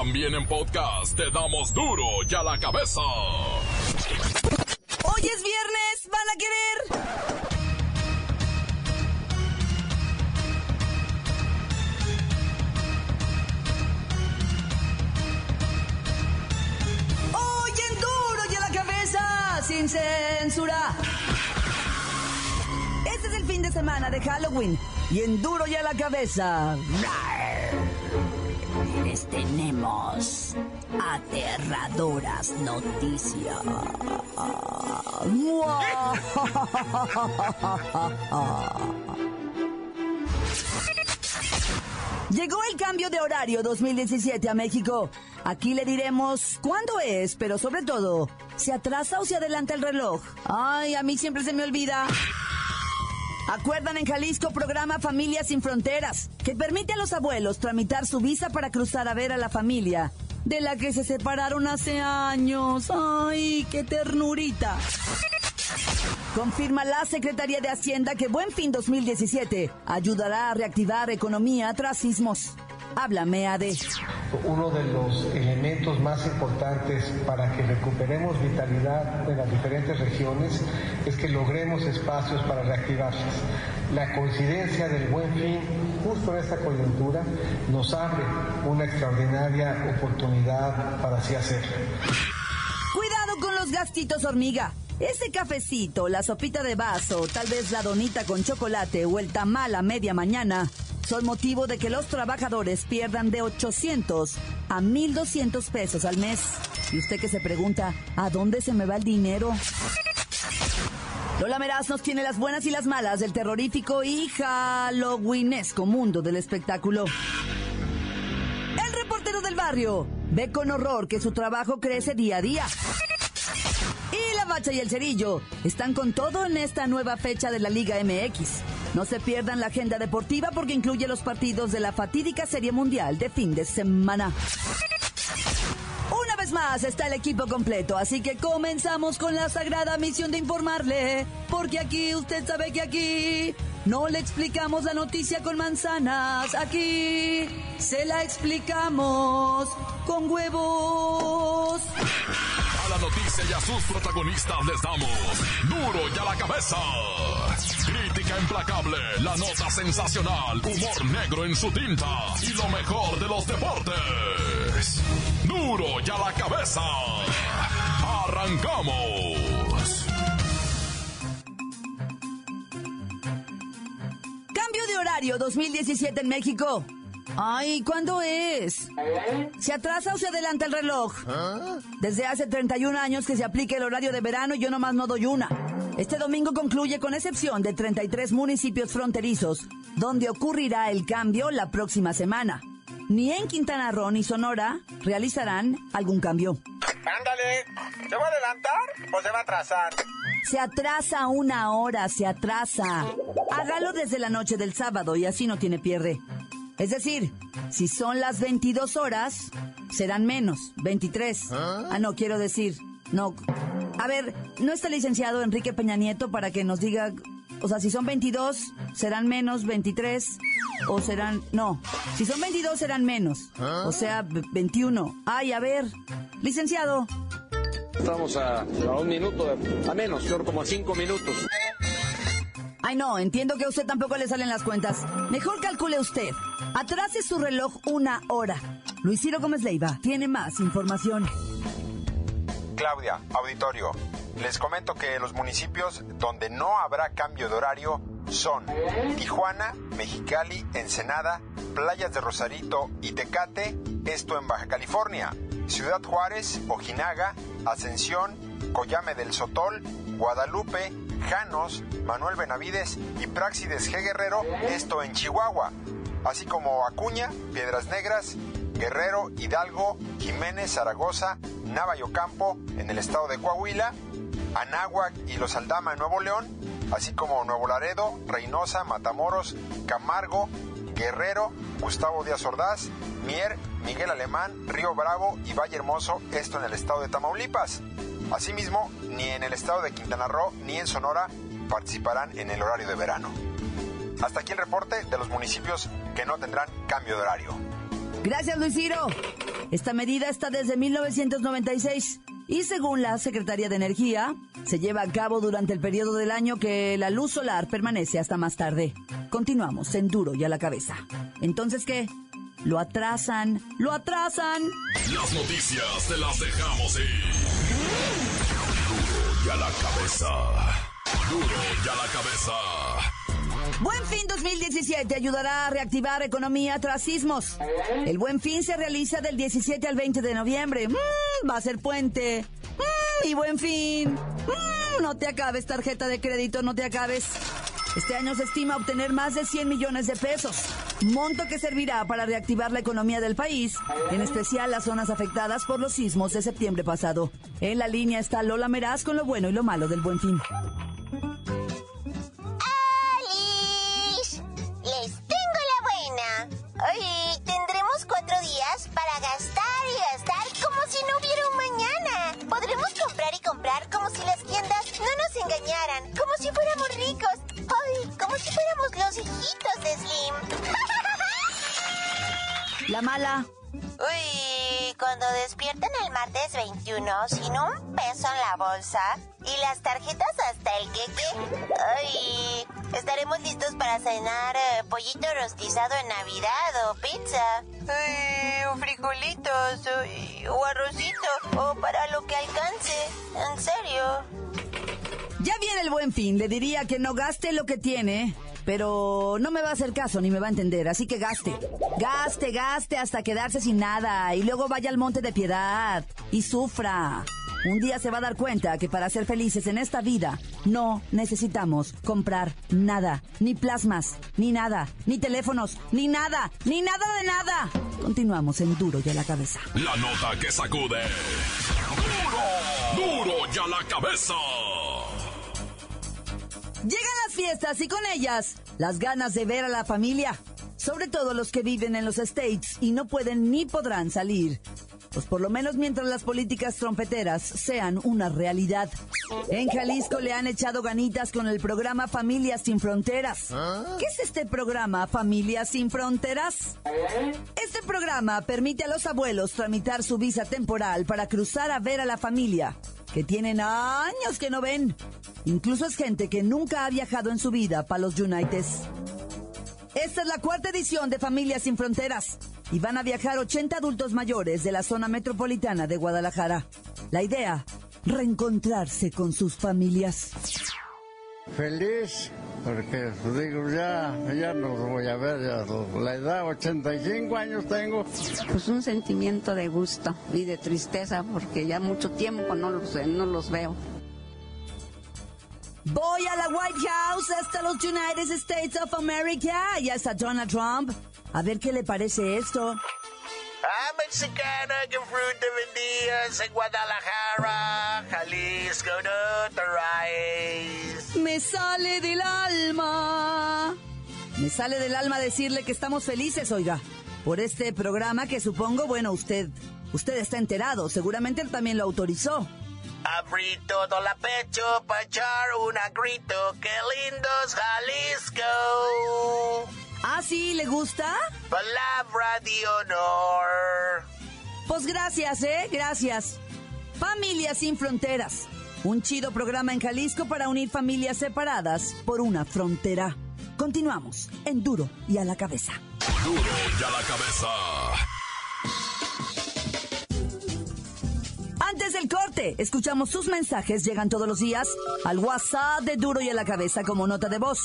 También en podcast te damos duro y a la cabeza. Hoy es viernes, ¿van a querer? Hoy en duro y a la cabeza, sin censura. Este es el fin de semana de Halloween y en duro y a la cabeza les tenemos aterradoras noticias. Llegó el cambio de horario 2017 a México. Aquí le diremos cuándo es, pero sobre todo, ¿se atrasa o se adelanta el reloj? Ay, a mí siempre se me olvida. ¿Acuerdan en Jalisco programa Familias Sin Fronteras, que permite a los abuelos tramitar su visa para cruzar a ver a la familia de la que se separaron hace años? ¡Ay, qué ternurita! Confirma la Secretaría de Hacienda que Buen Fin 2017 ayudará a reactivar economía tras sismos. Háblame, Ade. Uno de los elementos más importantes para que recuperemos vitalidad en las diferentes regiones es que logremos espacios para reactivarlas. La coincidencia del Buen Fin, justo en esta coyuntura, nos abre una extraordinaria oportunidad para así hacerlo. Cuidado con los gastitos hormiga. Ese cafecito, la sopita de vaso, tal vez la donita con chocolate o el tamal a media mañana son motivo de que los trabajadores pierdan de 800 a 1,200 pesos al mes. Y usted que se pregunta, ¿a dónde se me va el dinero? Lola Meraz nos tiene las buenas y las malas del terrorífico y halloweenesco mundo del espectáculo. El reportero del barrio ve con horror que su trabajo crece día a día. Y la Bacha y el Cerillo están con todo en esta nueva fecha de la Liga MX. No se pierdan la agenda deportiva porque incluye los partidos de la fatídica Serie Mundial de fin de semana. Una vez más está el equipo completo, así que comenzamos con la sagrada misión de informarle, porque aquí, usted sabe que aquí no le explicamos la noticia con manzanas, aquí se la explicamos con huevos. A la noticia y a sus protagonistas les damos duro y a la cabeza. Crítica implacable, la nota sensacional, humor negro en su tinta y lo mejor de los deportes. Duro y a la cabeza. ¡Arrancamos! Cambio de horario 2017 en México. Ay, ¿cuándo es? ¿Se atrasa o se adelanta el reloj? Desde hace 31 años que se aplica el horario de verano y yo nomás no doy una. Este domingo concluye con excepción de 33 municipios fronterizos, donde ocurrirá el cambio la próxima semana. Ni en Quintana Roo ni Sonora realizarán algún cambio. Ándale, ¿se va a adelantar o se va a atrasar? Se atrasa una hora, se atrasa. Hágalo desde la noche del sábado y así no tiene pierde. Es decir, si son las 22 horas, serán menos, 23. No, quiero decir, no. A ver, ¿no está licenciado Enrique Peña Nieto para que nos diga, o sea, si son 22, serán menos, 23, o serán, no, si son 22 serán menos, o sea, 21. Ay, a ver, licenciado. Estamos a un minuto, a menos, son como 5 minutos. Ay, no, entiendo que a usted tampoco le salen las cuentas. Mejor calcule usted. Atrase su reloj una hora. Luis Ciro Gómez Leiva tiene más información. Claudia, auditorio, les comento que los municipios donde no habrá cambio de horario son Tijuana, Mexicali, Ensenada, Playas de Rosarito y Tecate, esto en Baja California, Ciudad Juárez, Ojinaga, Ascensión, Coyame del Sotol, Guadalupe, Janos, Manuel Benavides y Práxides G. Guerrero, esto en Chihuahua, así como Acuña, Piedras Negras, Guerrero, Hidalgo, Jiménez, Zaragoza, Nava y Ocampo en el estado de Coahuila, Anáhuac y Los Aldama en Nuevo León, así como Nuevo Laredo, Reynosa, Matamoros, Camargo, Guerrero, Gustavo Díaz Ordaz, Mier, Miguel Alemán, Río Bravo y Valle Hermoso, esto en el estado de Tamaulipas. Asimismo, ni en el estado de Quintana Roo ni en Sonora participarán en el horario de verano. Hasta aquí el reporte de los municipios que no tendrán cambio de horario. Gracias, Luis Ciro. Esta medida está desde 1996 y según la Secretaría de Energía, se lleva a cabo durante el periodo del año que la luz solar permanece hasta más tarde. Continuamos en Duro y a la Cabeza. ¿Entonces qué? ¡Lo atrasan! ¡Lo atrasan! Las noticias te las dejamos ir. Duro y a la Cabeza. Duro y a la Cabeza. Buen Fin 2017 ayudará a reactivar economía tras sismos. El Buen Fin se realiza del 17 al 20 de noviembre. Va a ser puente. Y Buen Fin. No te acabes, tarjeta de crédito, no te acabes. Este año se estima obtener más de 100 millones de pesos, monto que servirá para reactivar la economía del país, en especial las zonas afectadas por los sismos de septiembre pasado. En la línea está Lola Meraz con lo bueno y lo malo del Buen Fin. ¡Alice! ¡Les tengo la buena! Hoy tendremos 4 días para gastar y gastar como si no hubiera un mañana. Podremos comprar y comprar como si las tiendas no nos engañaran, como si fuéramos ricos. ¡Ay! Como si fuéramos los hijitos de Slim. La mala. Uy, cuando despierten el martes 21 sin un peso en la bolsa y las tarjetas hasta el queque, ay, estaremos listos para cenar pollito rostizado en Navidad o pizza, o frijolitos, o arrocito, o para lo que alcance, en serio. Ya viene el Buen Fin, le diría que no gaste lo que tiene, pero no me va a hacer caso ni me va a entender, así que gaste. Gaste hasta quedarse sin nada y luego vaya al Monte de Piedad y sufra. Un día se va a dar cuenta que para ser felices en esta vida no necesitamos comprar nada, ni plasmas, ni nada, ni teléfonos, ni nada de nada. Continuamos en Duro y a la Cabeza. La nota que sacude. ¡Duro y a la Cabeza! Llegan las fiestas y con ellas las ganas de ver a la familia, sobre todo los que viven en los States y no pueden ni podrán salir. Pues por lo menos mientras las políticas trompeteras sean una realidad. En Jalisco le han echado ganitas con el programa Familias Sin Fronteras. ¿Qué es este programa Familias Sin Fronteras? Este programa permite a los abuelos tramitar su visa temporal para cruzar a ver a la familia, que tienen años que no ven. Incluso es gente que nunca ha viajado en su vida para los Unites. Esta es la 4ª edición de Familias Sin Fronteras y van a viajar 80 adultos mayores de la zona metropolitana de Guadalajara. La idea, reencontrarse con sus familias. Feliz, porque digo, ya no voy a ver, ya la edad, 85 años tengo. Pues un sentimiento de gusto y de tristeza, porque ya mucho tiempo no los veo. Voy a la White House, hasta los United States of America. Ya está Donald Trump. A ver qué le parece esto. Mexicana, que fruta vendías en Guadalajara, Jalisco, no te rayes. Me sale del alma. Me sale del alma decirle que estamos felices, oiga, por este programa que supongo, bueno, usted está enterado, seguramente él también lo autorizó. Abrí todo la pecho para echar un grito, qué lindos Jalisco. ¿Ah, sí? ¿Le gusta? Palabra de honor. Pues gracias, gracias. Familias Sin Fronteras. Un chido programa en Jalisco para unir familias separadas por una frontera. Continuamos en Duro y a la Cabeza. Duro y a la Cabeza. Antes del corte, escuchamos sus mensajes, llegan todos los días al WhatsApp de Duro y a la Cabeza como nota de voz,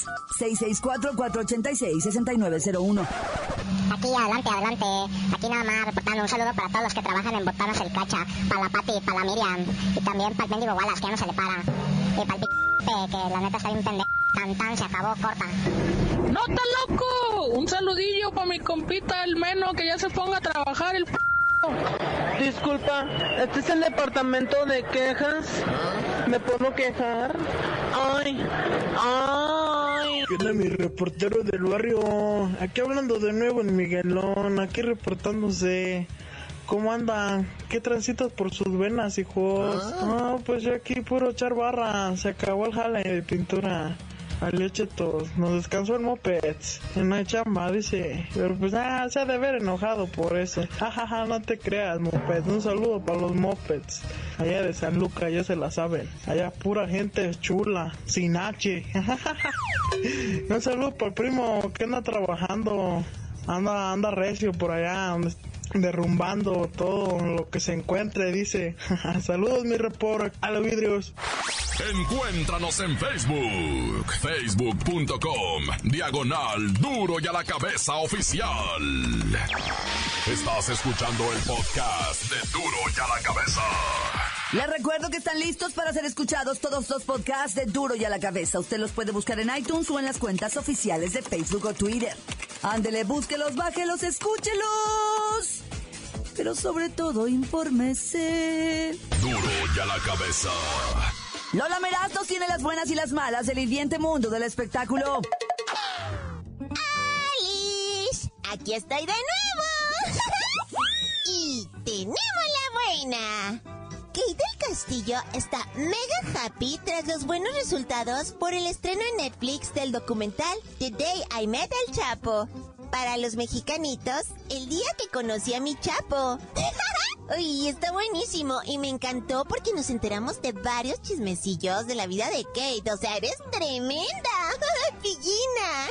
664-486-6901. Aquí, adelante. Aquí nada más reportando un saludo para todos los que trabajan en Botanas El Cacha, para la Pati, para la Miriam, y también para el mendigo Wallace, que ya no se le para, y para el que la neta está bien pendejo. Tan, se acabó, corta. ¡No está loco! Un saludillo para mi compita, el Meno, que ya se ponga a trabajar el Disculpa, ¿este es el departamento de quejas? ¿Me puedo quejar? ¡Ay! ¿Qué onda, mi reportero del barrio? Aquí hablando de nuevo en Miguelón, aquí reportándose. ¿Cómo andan? ¿Qué transitas por sus venas, hijos? No, pues yo aquí puro echar barra. Se acabó el jale de pintura. al Chetos, nos descansó en mopeds, en la chamba, dice, pero pues se ha de haber enojado por ese. Jajaja, no te creas, mopeds, un saludo para los mopeds, allá de San Lucas, ya se la saben, allá pura gente chula, sin H. Un saludo para el primo que anda trabajando, anda recio por allá, derrumbando todo lo que se encuentre, dice. Saludos, mi reporter, a los vidrios. Encuéntranos en Facebook, facebook.com/Duro y a la Cabeza Oficial. Estás escuchando el podcast de Duro y a la Cabeza. Les recuerdo que están listos para ser escuchados todos los podcasts de Duro y a la Cabeza. Usted los puede buscar en iTunes o en las cuentas oficiales de Facebook o Twitter. Ándele, búsquelos, bájelos, escúchelos. Pero sobre todo, infórmese. Duro y a la Cabeza. Lola Meraz nos tiene las buenas y las malas del hirviente mundo del espectáculo. ¡Alice! Aquí estoy de nuevo. Y tenemos la buena. Kate del Castillo está mega happy tras los buenos resultados por el estreno en Netflix del documental The Day I Met al Chapo. Para los mexicanitos, el día que conocí a mi Chapo. Uy, está buenísimo y me encantó porque nos enteramos de varios chismecillos de la vida de Kate. O sea, eres tremenda, pillina.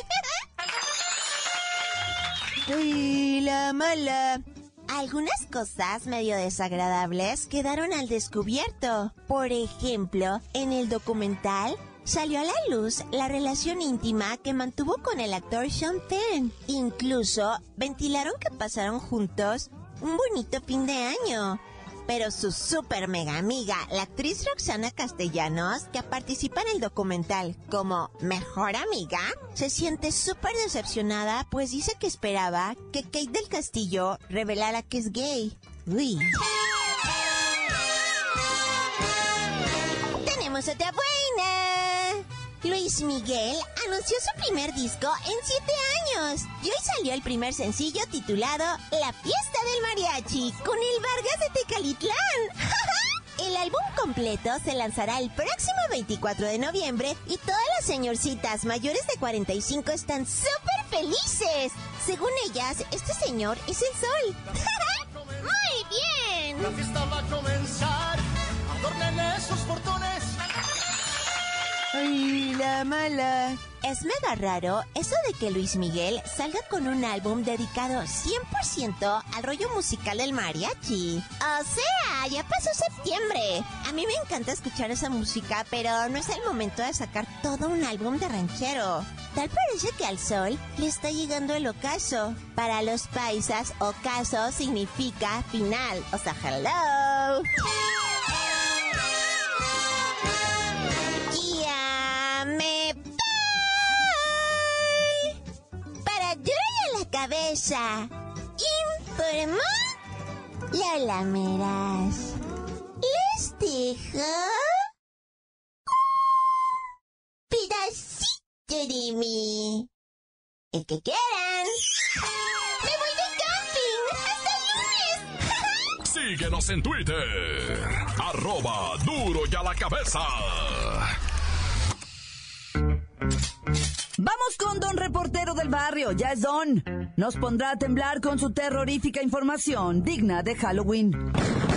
Uy, la mala. Algunas cosas medio desagradables quedaron al descubierto. Por ejemplo, en el documental salió a la luz la relación íntima que mantuvo con el actor Sean Penn. Incluso ventilaron que pasaron juntos un bonito fin de año. Pero su super mega amiga, la actriz Roxana Castellanos, que participa en el documental como mejor amiga, se siente súper decepcionada, pues dice que esperaba que Kate del Castillo revelara que es gay. Uy. Tenemos otra buena. Luis Miguel anunció su primer disco en 7 años. Y hoy salió el primer sencillo titulado La Fiesta del Mariachi, con el Vargas de Tecalitlán. El álbum completo se lanzará el próximo 24 de noviembre y todas las señorcitas mayores de 45 están súper felices. Según ellas, este señor es el sol. ¡Muy bien! La fiesta va a comenzar, adornen esos portones. ¡Ay, la mala! Es mega raro eso de que Luis Miguel salga con un álbum dedicado 100% al rollo musical del mariachi. O sea, ya pasó septiembre. A mí me encanta escuchar esa música, pero no es el momento de sacar todo un álbum de ranchero. Tal parece que al sol le está llegando el ocaso. Para los paisas, ocaso significa final, o sea, hello. Cabeza. Informó Lola Meraz. Les dejo pedacito de mí. El que quieran. ¡Me voy de camping! ¡Hasta el lunes! Síguenos en Twitter. @Duro y a la Cabeza. Vamos con Don Reportero del Barrio, ya es Don. Nos pondrá a temblar con su terrorífica información digna de Halloween.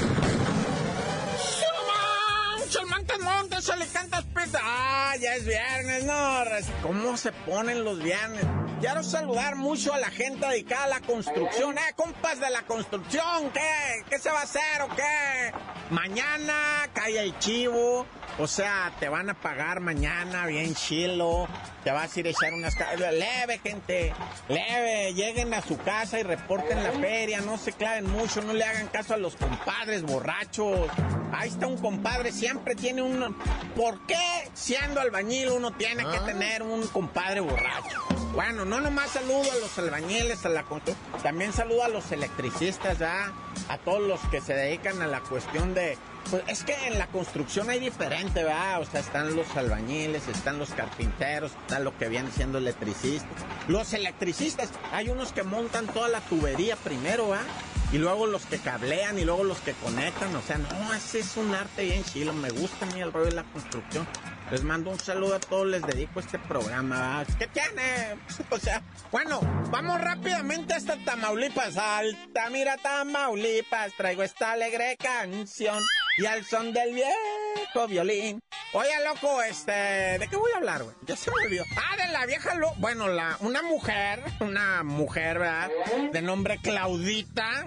Montes, Alicantes, Pita. Ah, ya es viernes, ¿no? ¿Cómo se ponen los viernes? Quiero saludar mucho a la gente dedicada a la construcción. Compas de la construcción, ¿qué se va a hacer o qué? Mañana cae el chivo. O sea, te van a pagar mañana bien chilo. Te vas a ir a echar unas... Leve, gente. Leve. Lleguen a su casa y reporten la feria. No se claven mucho. No le hagan caso a los compadres borrachos. Ahí está un compadre. Siempre tiene un... ¿Por qué siendo albañil uno tiene que tener un compadre borracho? Bueno, no nomás saludo a los albañiles, a la construcción. También saludo a los electricistas, ¿verdad? A todos los que se dedican a la cuestión de... Pues es que en la construcción hay diferente, ¿verdad? O sea, están los albañiles, están los carpinteros, están lo que vienen siendo electricistas. Los electricistas, hay unos que montan toda la tubería primero, ¿verdad? y luego los que cablean, y luego los que conectan, o sea, no, ese es un arte bien chilo, me gusta a mí el rollo de la construcción. Les mando un saludo a todos, les dedico este programa. ¿Qué tiene? O sea, bueno, vamos rápidamente hasta Tamaulipas. Altamira, Tamaulipas, traigo esta alegre canción y al son del viejo violín. Oye, loco, ¿de qué voy a hablar, güey? Ya se me olvidó. De la vieja, bueno, una mujer, ¿verdad? De nombre Claudita,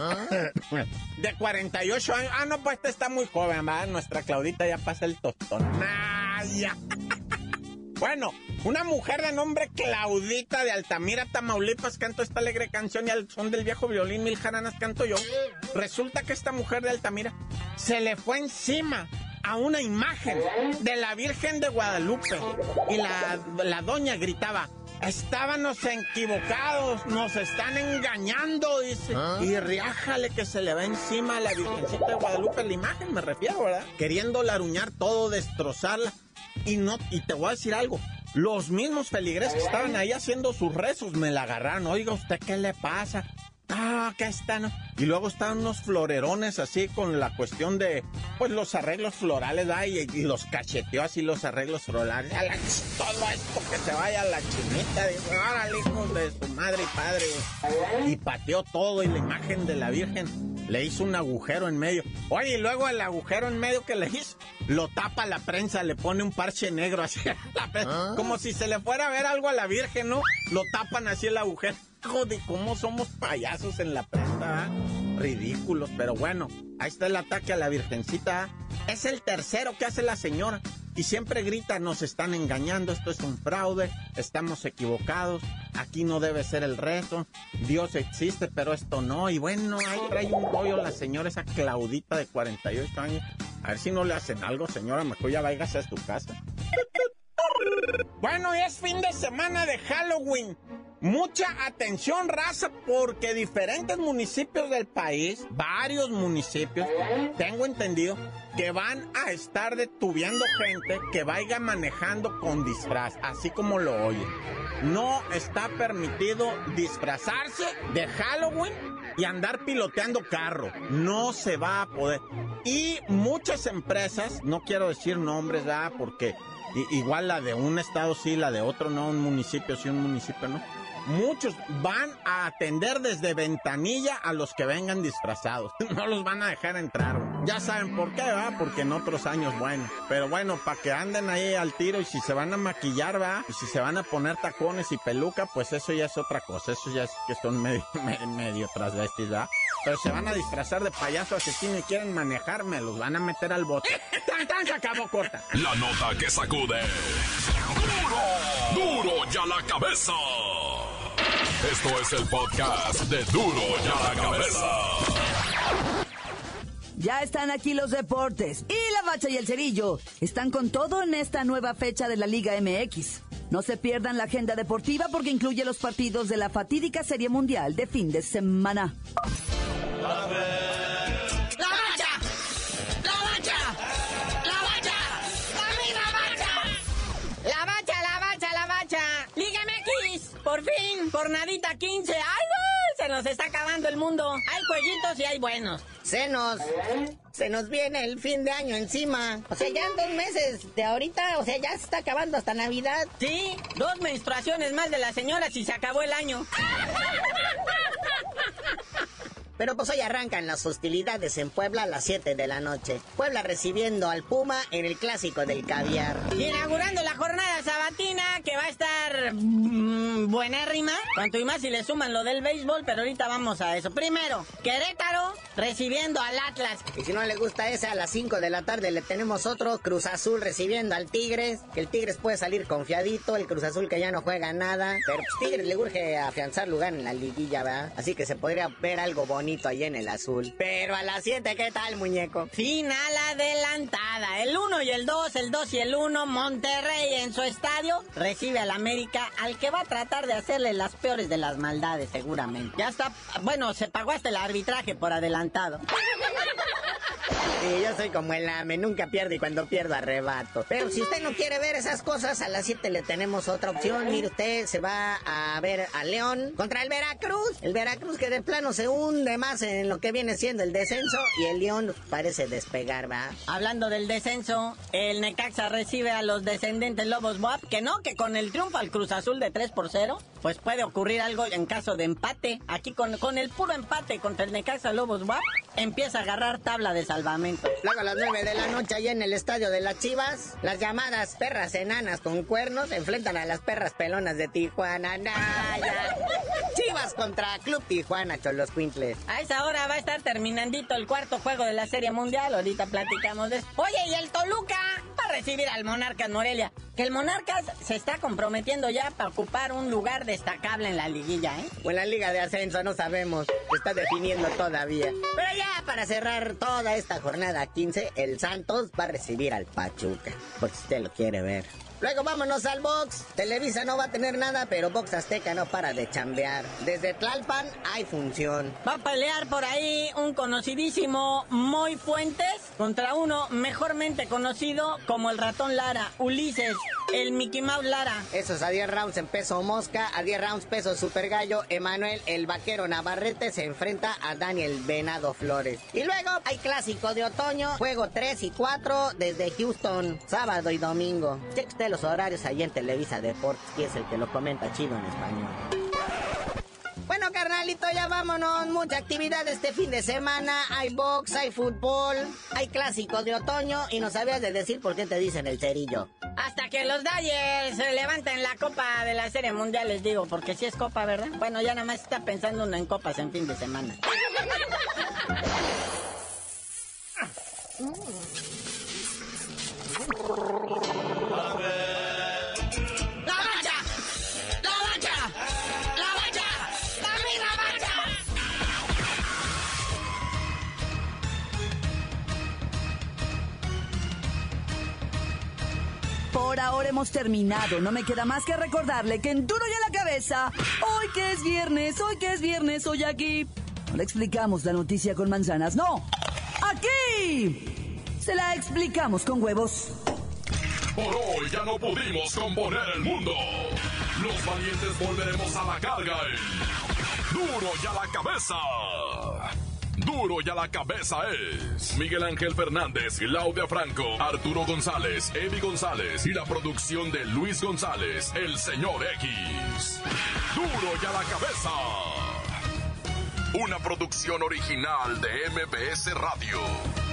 de 48 años. No, pues esta está muy joven, ¿verdad? Nuestra Claudita ya pasa el tostón. Ya. Bueno, una mujer de nombre Claudita de Altamira, Tamaulipas, canto esta alegre canción y al son del viejo violín, mil jaranas canto yo. Resulta que esta mujer de Altamira se le fue encima a una imagen de la Virgen de Guadalupe y la doña gritaba: estábamos equivocados, nos están engañando, dice. Y riájale que se le va encima a la Virgencita de Guadalupe, la imagen me refiero, ¿verdad? Queriéndola aruñar todo, destrozarla. Y te voy a decir algo, los mismos feligreses que estaban ahí haciendo sus rezos me la agarraron. Oiga, ¿usted qué le pasa? Que está, ¿no? Y luego estaban unos florerones así con la cuestión de, pues, los arreglos florales, ¿verdad? Y los cacheteó así los arreglos florales. Todo esto que se vaya a la chinita. Dice, órale, hijos de su madre y padre. Y pateó todo y la imagen de la Virgen le hizo un agujero en medio. Oye, y luego el agujero en medio que le hizo, lo tapa la prensa, le pone un parche negro así a la prensa. Como si se le fuera a ver algo a la Virgen, ¿no? Lo tapan así el agujero. Joder, cómo somos payasos en la prensa, ¿eh? Ridículos, pero bueno, ahí está el ataque a la Virgencita, ¿eh? Es el tercero que hace la señora y siempre grita: nos están engañando, esto es un fraude, estamos equivocados, aquí no debe ser el rezo, Dios existe, pero esto no. Y bueno, ahí trae un rollo la señora, esa Claudita de 48 años. A ver si no le hacen algo, señora, mejor ya váyase a su casa. Bueno, y es fin de semana de Halloween. Mucha atención, raza, porque diferentes municipios del país, varios municipios, tengo entendido que van a estar detuviendo gente que vaya manejando con disfraz, así como lo oyen. No está permitido disfrazarse de Halloween y andar piloteando carro. No se va a poder. Y muchas empresas, no quiero decir nombres, ¿verdad? Porque igual la de un estado sí, la de otro no, un municipio sí, un municipio no. Muchos van a atender desde ventanilla a los que vengan disfrazados. No los van a dejar entrar. Ya saben por qué, ¿va? Porque en otros años, bueno. Pero bueno, para que anden ahí al tiro y si se van a maquillar, ¿va? Y si se van a poner tacones y peluca, pues eso ya es otra cosa. Eso ya es que son medio transvestis, ¿va? Pero se van a disfrazar de payaso asesino y quieren manejar, me los van a meter al bote. ¡Tan, se acabó, corta! La nota que sacude. ¡Duro ya la cabeza! Esto es el podcast de Duro ya la cabeza. Ya están aquí los deportes. Y la Bacha y el Cerillo están con todo en esta nueva fecha de la Liga MX. No se pierdan la agenda deportiva porque incluye los partidos de la fatídica Serie Mundial de fin de semana. Por fin, jornadita 15. ¡Ay, no! Se nos está acabando el mundo. Hay jueguitos y hay buenos. Se nos viene el fin de año encima. O sea, ya en 2 meses de ahorita, o sea, ya se está acabando hasta Navidad. Sí, 2 menstruaciones más de las señoras y se acabó el año. Pero pues hoy arrancan las hostilidades en Puebla a las 7 de la noche. Puebla recibiendo al Puma en el Clásico del Caviar. Inaugurando la jornada sabatina que va a estar buenérrima. Cuanto y más si le suman lo del béisbol, pero ahorita vamos a eso. Primero, Querétaro recibiendo al Atlas. Y si no le gusta ese, a las 5 de la tarde le tenemos otro, Cruz Azul recibiendo al Tigres. Que el Tigres puede salir confiadito, el Cruz Azul que ya no juega nada. Pero pues Tigres le urge afianzar lugar en la liguilla, ¿verdad? Así que se podría ver algo bonito ahí en el azul. Pero a las 7, ¿qué tal, muñeco? Final adelantada. El 1 y el 2, el 2 y el 1. Monterrey en su estadio recibe al América, al que va a tratar de hacerle las peores de las maldades, seguramente. Ya está, bueno, se pagó hasta el arbitraje por adelantado. Sí, yo soy como el AME, nunca pierdo y cuando pierdo arrebato. Pero si usted no quiere ver esas cosas, a las 7 le tenemos otra opción. Mire usted, se va a ver a León contra el Veracruz. El Veracruz que de plano se hunde más en lo que viene siendo el descenso y el León parece despegar, ¿va? Hablando del descenso, el Necaxa recibe a los descendentes Lobos WAP, que con el triunfo al Cruz Azul de 3-0, pues puede ocurrir algo en caso de empate. Aquí con el puro empate contra el Necaxa Lobos WAP, empieza a agarrar tabla de salvamento. Luego a las 9 de la noche, allá en el estadio de las Chivas, las llamadas perras enanas con cuernos enfrentan a las perras pelonas de Tijuana. ¡Naya! Chivas contra Club Tijuana, Xoloscuintles. A esa hora va a estar terminandito el cuarto juego de la Serie Mundial. Ahorita platicamos de eso. Oye, y el Toluca va a recibir al Monarcas Morelia. Que el Monarcas se está comprometiendo ya para ocupar un lugar destacable en la liguilla, ¿eh? O en la Liga de Ascenso, no sabemos. Se está definiendo todavía. Pero ya para cerrar toda esta jornada 15, el Santos va a recibir al Pachuca. Por si usted lo quiere ver. Luego vámonos al box. Televisa no va a tener nada, pero Box Azteca no para de chambear. Desde Tlalpan hay función. Va a pelear por ahí un conocidísimo Moy Fuentes contra uno mejormente conocido como el Ratón Lara, Ulises, el Mickey Mouse Lara. Eso es a 10 rounds en peso mosca, a 10 rounds peso super gallo. Emanuel el Vaquero Navarrete se enfrenta a Daniel Venado Flores. Y luego hay clásico de otoño, juego 3 y 4 desde Houston, sábado y domingo. Cheque usted los horarios ahí en Televisa Deportes, que es el que lo comenta chido en español. Bueno, carnalito, ya vámonos. Mucha actividad este fin de semana. Hay box, hay fútbol, hay clásico de otoño. Y no sabías de decir por qué te dicen el cerillo. Hasta que los Dodgers se levanten la copa de la Serie Mundial, les digo, porque si es copa, ¿verdad? Bueno, ya nada más está pensando uno en copas en fin de semana. Por ahora hemos terminado. No me queda más que recordarle que en Duro y a la Cabeza, hoy que es viernes, hoy aquí no le explicamos la noticia con manzanas, no. Aquí se la explicamos con huevos. Por hoy ya no pudimos componer el mundo. Los valientes volveremos a la carga en Duro y a la Cabeza. Duro y a la Cabeza es Miguel Ángel Fernández, Claudia Franco, Arturo González, Evi González y la producción de Luis González, el Señor X. Duro y a la Cabeza. Una producción original de MBS Radio.